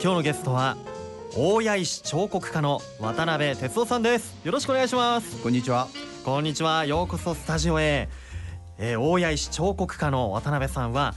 今日のゲストは大谷石彫刻家の渡辺哲夫さんです。よろしくお願いします。 こんにちは。 こんにちは。ようこそスタジオへ。大谷石彫刻家の渡辺さんは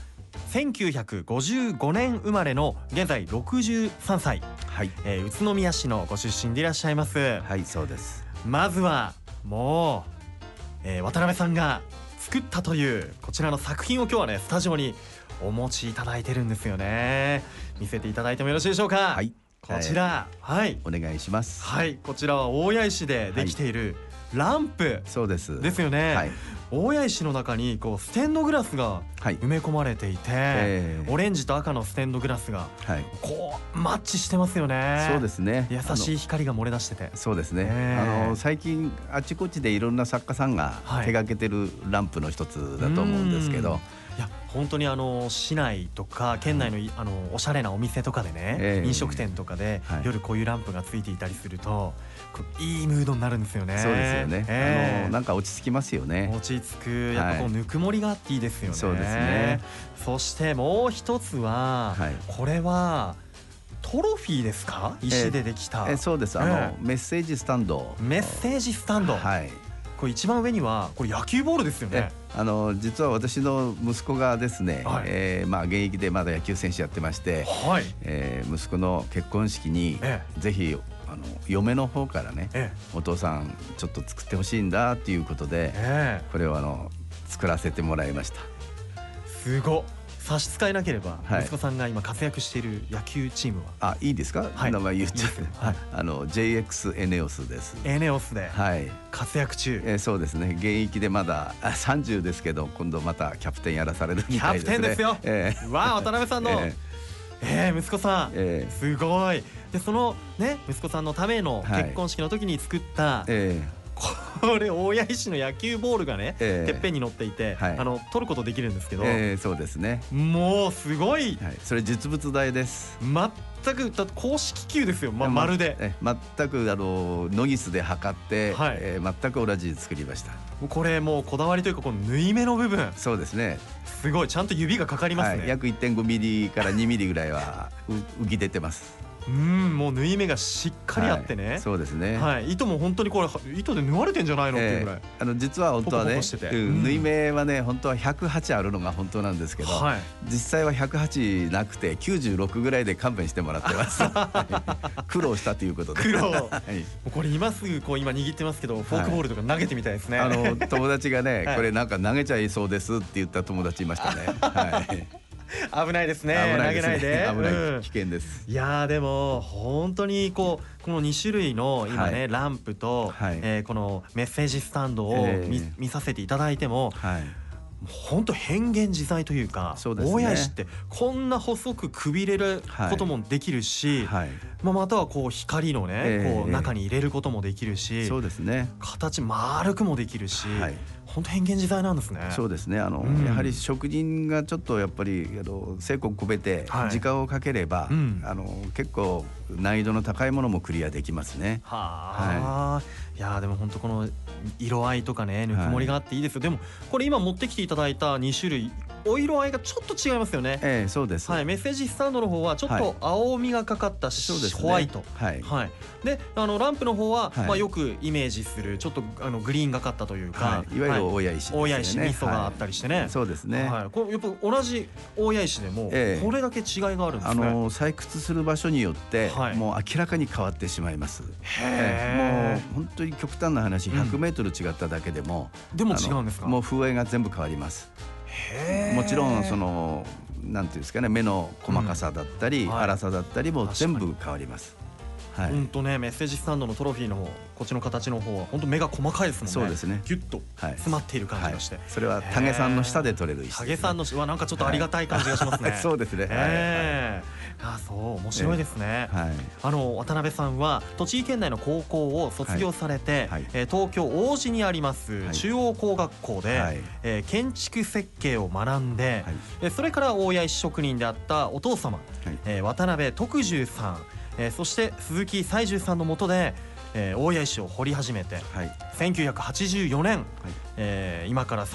1955年生まれの現在63歳、 はい、 宇都宮市のご出身でいらっしゃいます。 はい、そうです。 まずはもう、渡辺さんが作ったというこちらの作品を今日はねスタジオにお持ちいただいてるんですよね。見せていただいてもよろしいでしょうか。 はい、 こちら、はい、 お願いします。 はい、こちらは大谷石でできているランプ、 そうですですよね。 はい、 大谷石の中にこうステンドグラスが埋め込まれていて、オレンジと赤のステンドグラスがこうマッチしてますよね。 そうですね。 優しい光が漏れ出してて、 そうですね。最近あちこちでいろんな作家さんが手掛けてるランプの一つだと思うんですけど、 いや本当に市内とか県内のおしゃれなお店とかでね、飲食店とかで夜こういうランプがついていたりするといいムードになるんですよね。 そうですよね。なんか落ち着きますよね。 落ち着く、やっぱこうぬくもりがあっていいですよね。 そうですね。 そしてもう一つは、これはトロフィーですか？石でできた。 そうです。メッセージスタンド。 メッセージスタンド。はい。これ一番上にはこれ野球ボールですよね。 実は私の息子がですね、現役でまだ野球選手やってまして、息子の結婚式にぜひ嫁の方からね、お父さんちょっと作ってほしいんだっていうことで、これを作らせてもらいました。 すごっ。差し支えなければ、息子さんが今活躍している野球チームは？ いいですか？名前言っちゃって。JX エネオスです。 エネオスで活躍中。 そうですね。現役でまだ30ですけど、今度またキャプテンやらされるみたいですね。 キャプテンですよ。わあ、渡辺さんの息子さん、すごい。でそのね息子さんのための結婚式の時に作ったこれ大谷石の野球ボールがね、てっぺんに乗っていて、取ることできるんですけど、 そうですね。 もうすごい、 それ実物大です。 全く公式球ですよ。まるで全くノギスで測って、全く同じ作りました。 これもうこだわりというか、この縫い目の部分、 そうですね。 すごいちゃんと指がかかりますね。 約 1.5 ミリから2ミリぐらいは浮き出てます。 もう縫い目がしっかりあってね。 そうですね。 糸も本当にこれ糸で縫われてんじゃないのっていうぐらい。 実は本当はね、縫い目はね本当は108あるのが本当なんですけど、実際は108なくて96ぐらいで勘弁してもらってます。苦労したということで。 苦労。これ今すぐ今握ってますけど、フォークボールとか投げてみたいですね。 友達がね、これなんか投げちゃいそうですって言った友達いましたね。 危ないですね。投げないで。 危ない、危険です。 いやでも本当にこの2種類の今ねランプとこのメッセージスタンドを見させていただいても、本当変幻自在というか、大谷石ってこんな細くくびれることもできるし、または光のね中に入れることもできるし、形丸くもできるし、本当変幻自在なんですね。 そうですね。やはり職人がちょっとやっぱり精魂込めて時間をかければ、結構難易度の高いものもクリアできますね。 いやでも本当この色合いとかねぬくもりがあっていいですよ。でもこれ今持ってきていただいた2種類、お色合いがちょっと違いますよね。 そうです。 メッセージスタンドの方はちょっと青みがかかったホワイト。でランプの方はよくイメージするちょっとグリーンがかったというか、 いわゆる大谷石、 大谷石味噌があったりしてね。 そうですね。 これやっぱ同じ大谷石でもこれだけ違いがあるんですね。 採掘する場所によってもう明らかに変わってしまいます。もう本当に極端な話、100メートル違っただけでも違うんですか？ もう風合いが全部変わります。もちろんなんていうんですかね、目の細かさだったり粗さだったりも全部変わります。 本当ね、メッセージスタンドのトロフィーの方、こっちの形の方は本当目が細かいですもんね。 そうですね。 ギュッと詰まっている感じがして、 それはタゲさんの下で取れる石。 タゲさんの下はなんかちょっとありがたい感じがしますね。 そうですね。 そう面白いですね。渡辺さんは栃木県内の高校を卒業されて、東京王子にあります中央工学校で建築設計を学んで、それから大谷石職人であったお父様渡辺徳重さん、そして鈴木西重さんの下で大谷石を掘り始めて、1984年、今から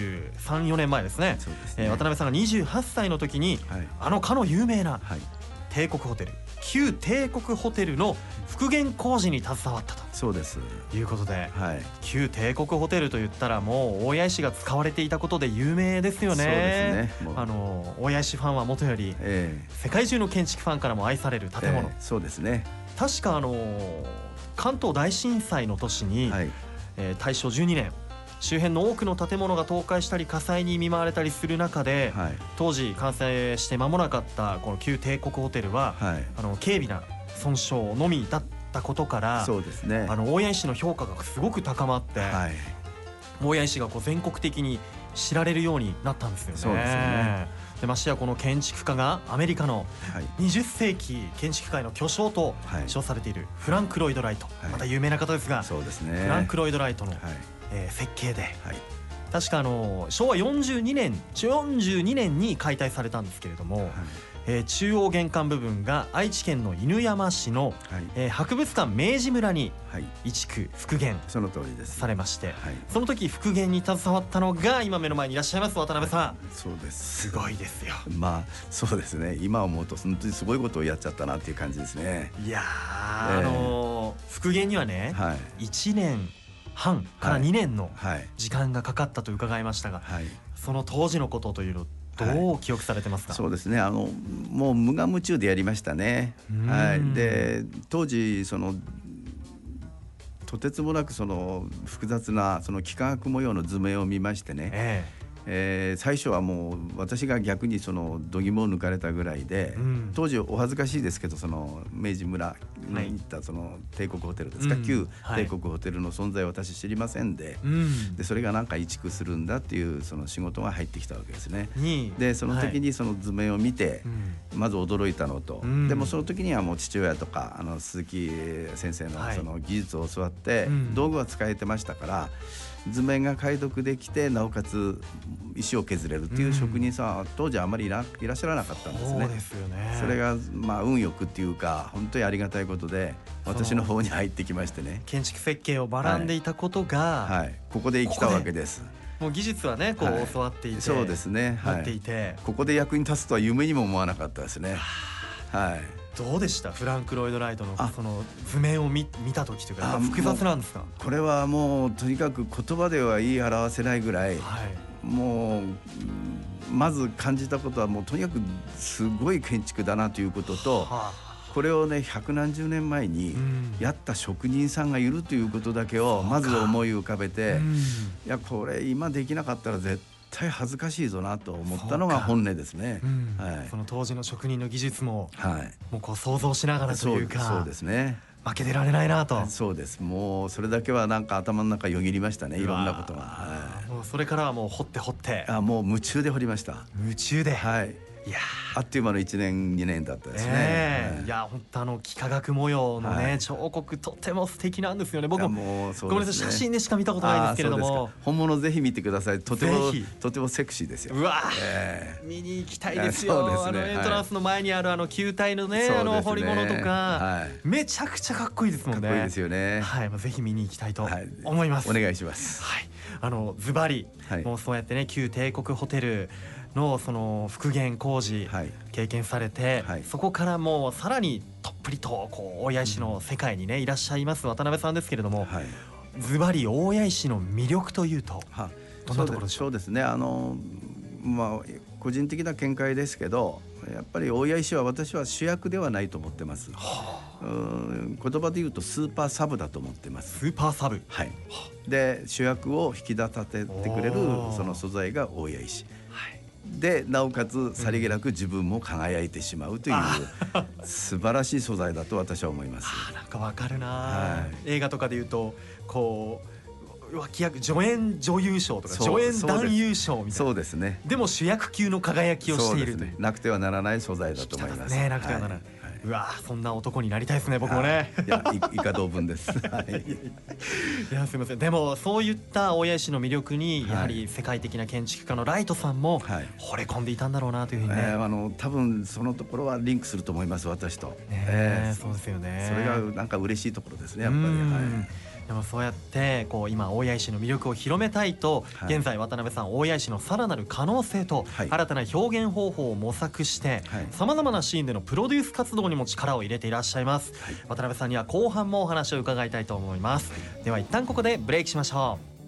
33、4年前ですね、渡辺さんが28歳の時に、かの有名な帝国ホテル旧帝国ホテルの復元工事に携わったと。 そうですいうことで、 はい、 旧帝国ホテルといったらもう大谷石が使われていたことで有名ですよね。 そうですね。 大谷石ファンはもとより、世界中の建築ファンからも愛される建物、 そうですね。 確か関東大震災の年に、大正12年周辺の多くの建物が倒壊したり火災に見舞われたりする中で、当時完成して間もなかったこの旧帝国ホテルは、軽微な損傷のみだったことから、 そうですね、 大谷石の評価がすごく高まって、大谷石が全国的に知られるようになったんですよね。 そうですよね。 でましてやこの建築家がアメリカの20世紀建築界の巨匠と称されているフランク・ロイド・ライト、また有名な方ですが、 そうですね、 フランク・ロイド・ライトの設計で、確か昭和42年に解体されたんですけれども、中央玄関部分が愛知県の犬山市の、博物館明治村に移築復元されまして、その時復元に携わったのが今目の前にいらっしゃいます渡辺さん。 そうです。 すごいですよ。 まあそうですね、今思うと本当にすごいことをやっちゃったなっていう感じですね。 いや復元にはね、1年半から2年の時間がかかったと伺いましたが、その当時のことというのどう記憶されてますか？ そうですね、もう無我夢中でやりましたね。で当時とてつもなく複雑な幾何学模様の図面を見ましてね、最初はもう私が逆に度肝を抜かれたぐらいで、当時お恥ずかしいですけど明治村に行った帝国ホテルですか、旧帝国ホテルの存在を私知りませんで、それがなんか移築するんだっていう仕事が入ってきたわけですね。でその時にその図面を見てまず驚いたのと、でもその時にはもう父親とか鈴木先生の技術を教わって道具は使えてましたから、図面が解読できてなおかつ石を削れるっていう職人さんは当時あまりいらっしゃらなかったんですね。 そうですよね。 それが運よくっていうか本当にありがたいことで私の方に入ってきましてね、 建築設計を学んでいたことが、 ここで生きたわけです。 もう技術はね教わっていて、 そうですね、ここで役に立つとは夢にも思わなかったですね。 どうでしたフランク・ロイド・ライトのその図面を見た時というか、複雑なんですか？ これはもうとにかく言葉では言い表せないぐらい、もうまず感じたことはもうとにかくすごい建築だなということと、これをね百何十年前にやった職人さんがいるということだけをまず思い浮かべて、いやこれ今できなかったら絶対恥ずかしいぞなと思ったのが本音ですね。 その当時の職人の技術ももう想像しながらというか、 そうですね、 負けてられないなと。 そうです。もうそれだけはなんか頭の中よぎりましたね、いろんなことが。 もうそれからはもう掘ってもう夢中で掘りました。 夢中で、いやあっという間の1年2年だったですね。 いや本当幾何学模様のね彫刻とても素敵なんですよね。僕もごめんなさい、写真でしか見たことないんですけれども、 本物ぜひ見てください。とてもセクシーですよ。 うわ見に行きたいですよ。エントランスの前にある球体のね彫り物とかめちゃくちゃかっこいいですもんね。 かっこいいですよね。 ぜひ見に行きたいと思います。 お願いします。 ズバリもうそうやってね旧帝国ホテルの復元工事経験されて、そこからもうさらにとっぷりと大谷石の世界にねいらっしゃいます渡辺さんですけれども、ズバリ大谷石の魅力というとどんなところでしょう？ そうですね、個人的な見解ですけど、やっぱり大谷石は私は主役ではないと思ってます。言葉で言うとスーパーサブだと思ってます。 スーパーサブ、 で主役を引き立たせてくれるその素材が大谷石で、なおかつさりげなく自分も輝いてしまうという素晴らしい素材だと私は思います。 なんかわかるな。映画とかで言うと脇役助演女優賞とか助演男優賞みたいな。そうですね。でも主役級の輝きをしているという、 なくてはならない素材だと思います。 なくてはならない。うわそんな男になりたいですね僕もね。 以下同文です。 いやすみません。でもそういった大谷石の魅力にやはり世界的な建築家のライトさんも惚れ込んでいたんだろうなというふうにね。 多分そのところはリンクすると思います私と。 そうですよね。 それがなんか嬉しいところですねやっぱり。 でもそうやって今大谷石の魅力を広めたいと、現在渡辺さん大谷石のさらなる可能性と新たな表現方法を模索してさまざまなシーンでのプロデュース活動にも力を入れていらっしゃいます。渡辺さんには後半もお話を伺いたいと思います。では一旦ここでブレイクしましょう。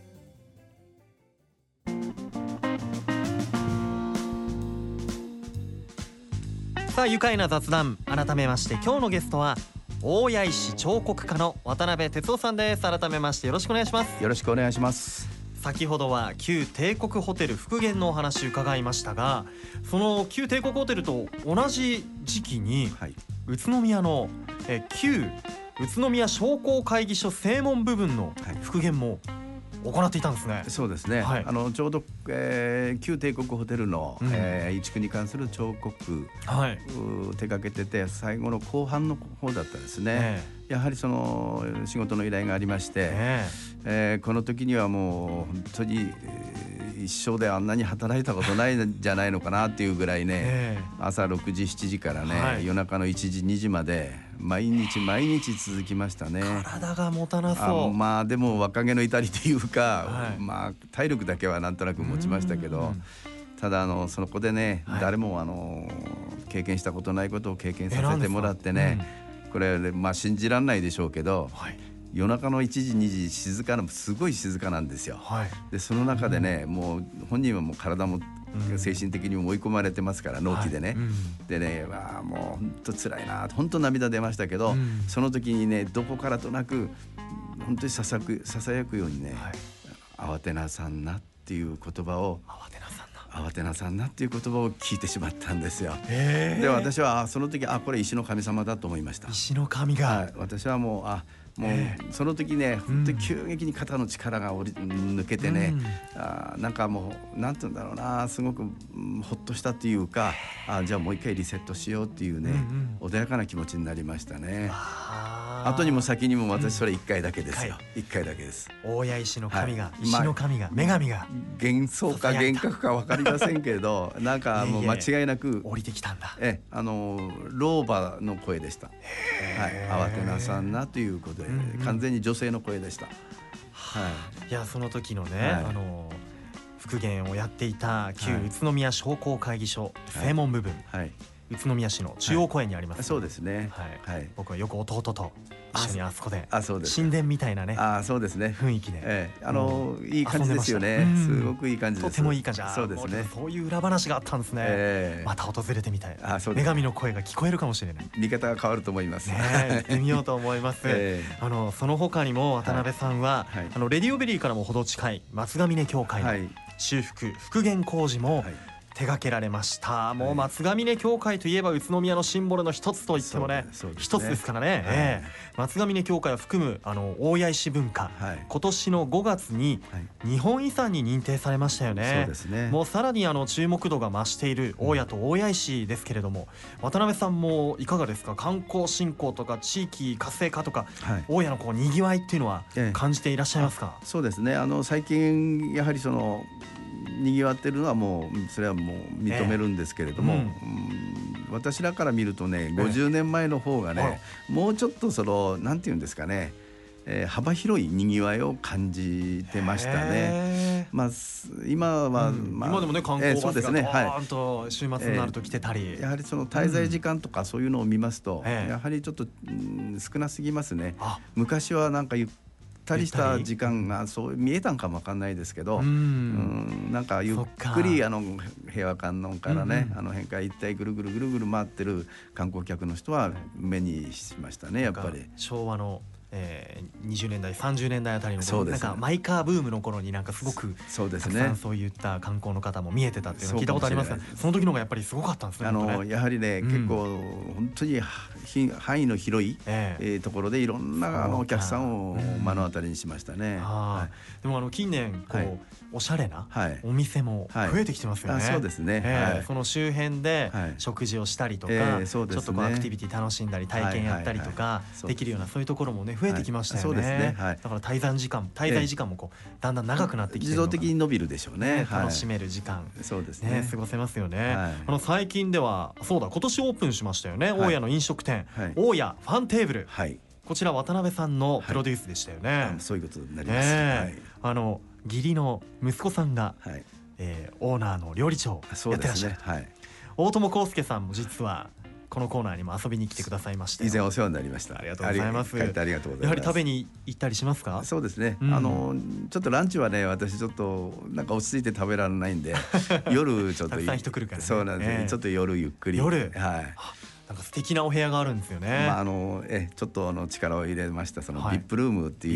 さあ愉快な雑談、改めまして今日のゲストは大谷石彫刻家の渡辺哲夫さんです。改めましてよろしくお願いします。 よろしくお願いします。 先ほどは旧帝国ホテル復元のお話伺いましたが、その旧帝国ホテルと同じ時期に、宇都宮の旧宇都宮商工会議所正門部分の復元も行っていたんですね。 そうですね、ちょうど、旧帝国ホテルの、移築に関する彫刻、手掛けてて最後の後半の方だったですね、やはりその仕事の依頼がありまして、この時にはもう本当に、一生であんなに働いたことないんじゃないのかなっていうぐらいね、朝6時7時からね、夜中の1時2時まで毎日続きましたね。 体が持たなそう。 まあでも若気の至りというか、まあ体力だけはなんとなく持ちましたけど、ただその子でね、誰も経験したことないことを経験させてもらってね、これまあ信じられないでしょうけど、夜中の1時2時すごい静かなんですよ。でその中でね、もう本人はもう体も精神的にも追い込まれてますから、納期でね、でね、もう本当辛いな、本当涙出ましたけど、その時にね、どこからとなく本当にささやくようにね、慌てなさんなっていう言葉を、慌てなさんなっていう言葉を聞いてしまったんですよ。で私はその時これ石の神様だと思いました。 石の神が、 私はもうその時ね、本当に急激に肩の力が抜けてね、なんかもうなんて言うんだろうな、すごくほっとしたっていうか、じゃあもう一回リセットしようっていうね、穏やかな気持ちになりましたね。後にも先にも私それ1回だけですよ。1回だけです。 大谷石の神が、石の神が、女神が幻想か幻覚か分かりませんけれど、なんかもう間違いなく降りてきたんだ。 老婆の声でした。慌てなさんなということで、完全に女性の声でした。 いや、その時のね、復元をやっていた旧宇都宮商工会議所正門部分、宇都宮市の中央公園にあります。 そうですね。 僕はよく弟と一緒にあそこで神殿みたいなね、 そうですね、 雰囲気で、 いい感じですよね。すごくいい感じです。 とてもいい感じ。 そうですね。 そういう裏話があったんですね。また訪れてみたい。女神の声が聞こえるかもしれない。 見方が変わると思います。 行ってみようと思います。その他にも渡辺さんはレディオベリーからも程近い松ヶ峰教会の修復復元工事も手掛けられました。もう松ヶ峰教会といえば宇都宮のシンボルの一つと言ってもね、一つですからね。松ヶ峰教会を含む大谷石文化、今年の5月に日本遺産に認定されましたよね。もうさらに注目度が増している大谷と大谷石ですけれども、渡辺さんもいかがですか？観光振興とか地域活性化とか、大谷のにぎわいっていうのは感じていらっしゃいますか？ そうですね、最近やはりにぎわってるのはもうそれはもう認めるんですけれども、私らから見るとね、50年前の方がね、もうちょっとなんていうんですかね、幅広いにぎわいを感じてましたね。今は、 今でもね、観光バスがドーンと週末になると来てたり、 やはり滞在時間とかそういうのを見ますと、やはりちょっと少なすぎますね。昔はなんかゆったりした時間がそう見えたんかもわかんないですけど、なんかゆっくり平和観音からね、あの辺から一体ぐるぐる回ってる観光客の人は目にしましたね。やっぱり昭和の20年代30年代あたりのなんかマイカーブームの頃になんかすごくたくさんそういった観光の方も見えてたっていうのを聞いたことありますが、その時の方がやっぱりすごかったんですね。 やはりね、結構本当に範囲の広いところでいろんなお客さんを目の当たりにしましたね。 でも近年おしゃれなお店も増えてきてますよね。 そうですね。 その周辺で食事をしたりとか、ちょっとアクティビティ楽しんだり体験やったりとかできるようなそういうところもね増えてきましたよね。だから滞在時間もだんだん長くなってきて自動的に伸びるでしょうね。 楽しめる時間そうですね、 過ごせますよね。最近では今年オープンしましたよね、大谷の飲食店大谷ファンテーブル。 こちら渡辺さんのプロデュースでしたよね。 そういうことになります。 義理の息子さんが、オーナーの料理長をやってらっしゃる。大友康介さんも実はこのコーナーにも遊びに来てくださいまして、 以前お世話になりました。 ありがとうございます。 ありがとうございます。 やはり食べに行ったりしますか？ そうですね、ちょっとランチはね、私ちょっとなんか落ち着いて食べられないんで夜ちょっとたくさん人来るからね。 そうなんですね、ちょっと夜ゆっくり。 夜、なんか素敵なお部屋があるんですよね。 ちょっと力を入れましたそのビップルームっていう、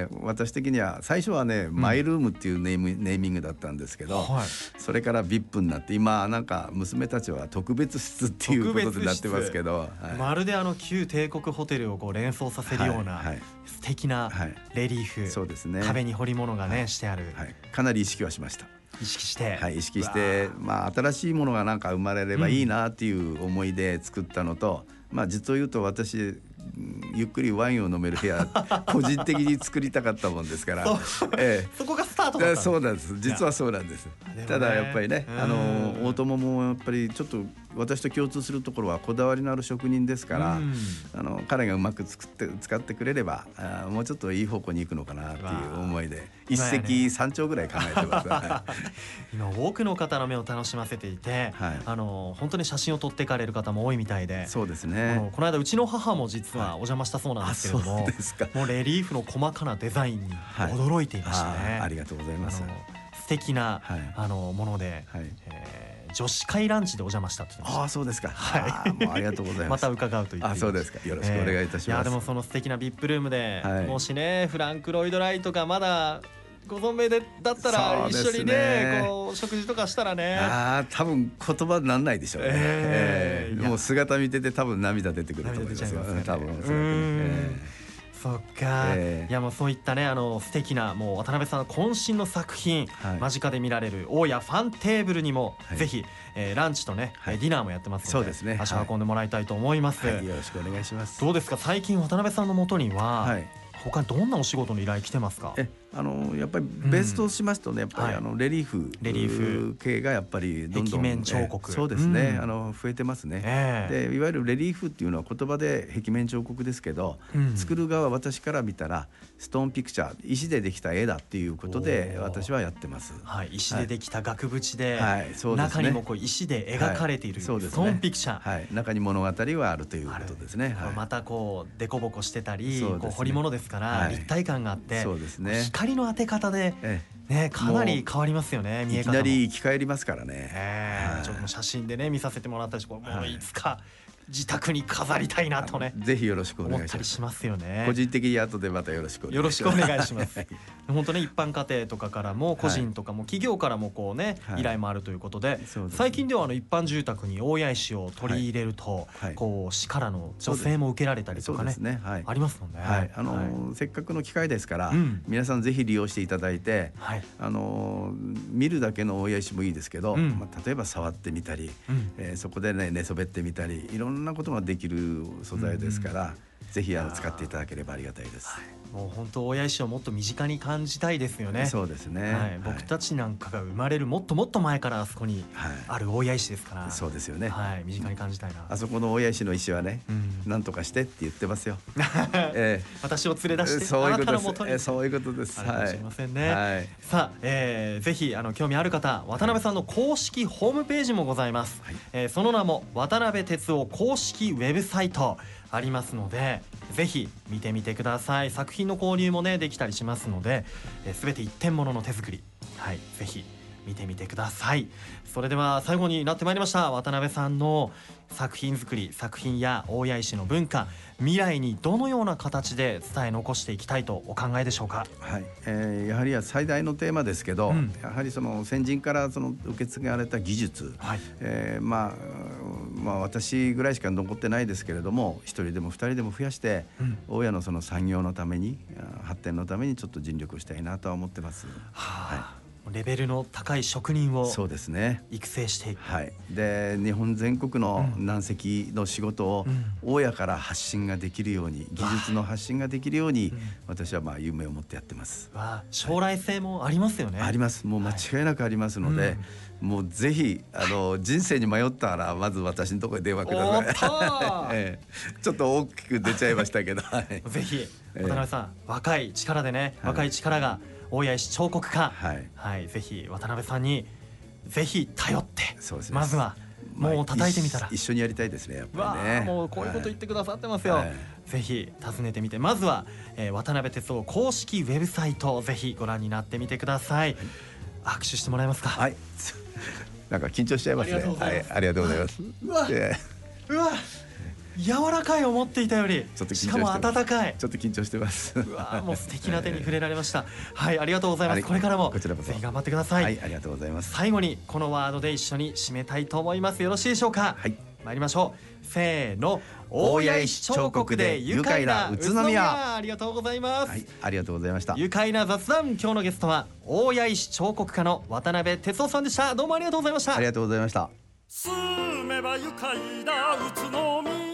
私的には最初はね、マイルームっていうネーミングだったんですけど、それからビップになって、今なんか娘たちは特別室っていうことになってますけど、 まるで旧帝国ホテルをこう連想させるような素敵なレリーフ、 そうですね、 壁に彫り物がねしてある。 かなり意識はしました。 意識して、 意識して、新しいものがなんか生まれればいいなっていう思いで作ったのと、実を言うと私ゆっくりワインを飲める部屋個人的に作りたかったもんですから、 そこがスタートだったんです。 そうなんです。実はそうなんです。ただやっぱりね、大友もやっぱりちょっと私と共通するところはこだわりのある職人ですから、彼がうまく使ってくれればもうちょっといい方向に行くのかなっていう思いで一石三鳥ぐらい考えてます。 今多くの方の目を楽しませていて、本当に写真を撮っていかれる方も多いみたいで。 そうですね。 この間うちの母も実はお邪魔したそうなんですけれども、もうレリーフの細かなデザインに驚いていましたね。 ありがとうございます。 素敵なもので、女子会ランチでお邪魔したと言ってました。 そうですか。もうありがとうございます。 また伺うと言って。 そうですか。よろしくお願いいたします。 でもその素敵なビップルームで、もしねフランク・ロイド・ライトがまだご存命だったら一緒にねこう食事とかしたらね、 多分言葉にならないでしょうね。もう姿見てて多分涙出てくると思いますよ。多分。 そっか、いやもうそういったね素敵なもう渡辺さんの渾身の作品、間近で見られる大谷ファンテーブルにも、ぜひ、ランチとね、ディナーもやってますので、足を運んでもらいたいと思います。 よろしくお願いします。 どうですか、最近渡辺さんのもとには、他にどんなお仕事の依頼来てますか？ やっぱりベースとしますとね、やっぱりレリーフ系がやっぱりどんどん壁面彫刻、 そうですね、増えてますね。でいわゆるレリーフっていうのは言葉で壁面彫刻ですけど、作る側私から見たらストーンピクチャー、石でできた絵だっていうことで私はやってます。 石でできた額縁で、中にもこう石で描かれているストーンピクチャー、 中に物語はあるということですね。 またこうデコボコしてたり、彫り物ですから立体感があって、光の当て方でかなり変わりますよね。見え方もいきなり生き返りますからね。 ちょっと写真でね見させてもらったし、もういつか自宅に飾りたいなとね、 ぜひよろしくお願いします。 思ったりしますよね。 個人的に後でまたよろしくお願いします。 よろしくお願いします。本当ね、一般家庭とかからも個人とかも企業からもこうね依頼もあるということで、最近では一般住宅に大谷石を取り入れると、こう市からの助成も受けられたりとかね、ありますもんね。 せっかくの機会ですから皆さんぜひ利用していただいて、見るだけの大谷石もいいですけど、例えば触ってみたり、そこでね寝そべってみたり、いろんなことができる素材ですから、ぜひ使っていただければありがたいです。 もう本当大谷石をもっと身近に感じたいですよね。 そうですね。 僕たちなんかが生まれるもっともっと前からあそこにある大谷石ですから。 そうですよね。 身近に感じたいな。 あそこの大谷石の石はね、なんとかしてって言ってますよ。 私を連れ出してあなたのもとに。 そういうことです。 かもしれませんね。さあ、ぜひ興味ある方、渡辺さんの公式ホームページもございます。その名も渡辺哲夫公式ウェブサイトありますので、ぜひ見てみてください。作品の購入もねできたりしますので、全て一点物の手作り、ぜひ見てみてください。それでは最後になってまいりました。渡辺さんの作品作り、作品や大谷石の文化、未来にどのような形で伝え残していきたいとお考えでしょうか？ やはり最大のテーマですけど、やはりその先人から受け継がれた技術、私ぐらいしか残ってないですけれども、1人でも2人でも増やして、大谷のその産業のために、発展のためにちょっと尽力したいなとは思ってます。 レベルの高い職人をそうですね育成していく。 はい、で日本全国の難席の仕事を大家から発信ができるように、技術の発信ができるように、私は夢を持ってやってます。 将来性もありますよね。 あります。もう間違いなくありますので、もうぜひ人生に迷ったらまず私のところに電話ください。ちょっと大きく出ちゃいましたけど、 ぜひ渡辺さん、若い力でね、若い力が大谷石彫刻家、ぜひ渡辺さんにぜひ頼って、まずはもう叩いてみたら一緒にやりたいですね。やっぱりね。 もうこういうこと言ってくださってますよ。ぜひ訪ねてみて、まずは渡辺哲夫公式ウェブサイトをぜひご覧になってみてください。握手してもらえますか。 はい。なんか緊張しちゃいますね。ありがとうございます。 うわ。柔らかい思っていたより、しかも温かい。 ちょっと緊張してます。 もう素敵な手に触れられました。はい、ありがとうございます。これからもぜひ頑張ってください。 はい、ありがとうございます。 最後にこのワードで一緒に締めたいと思います。よろしいでしょうか。はい、参りましょう。せーの、大谷石彫刻で愉快な宇都宮。ありがとうございます。はい、 ありがとうございました。 愉快な雑談、今日のゲストは大谷石彫刻家の渡辺哲夫さんでした。どうもありがとうございました。 ありがとうございました。 住めば愉快な宇都宮。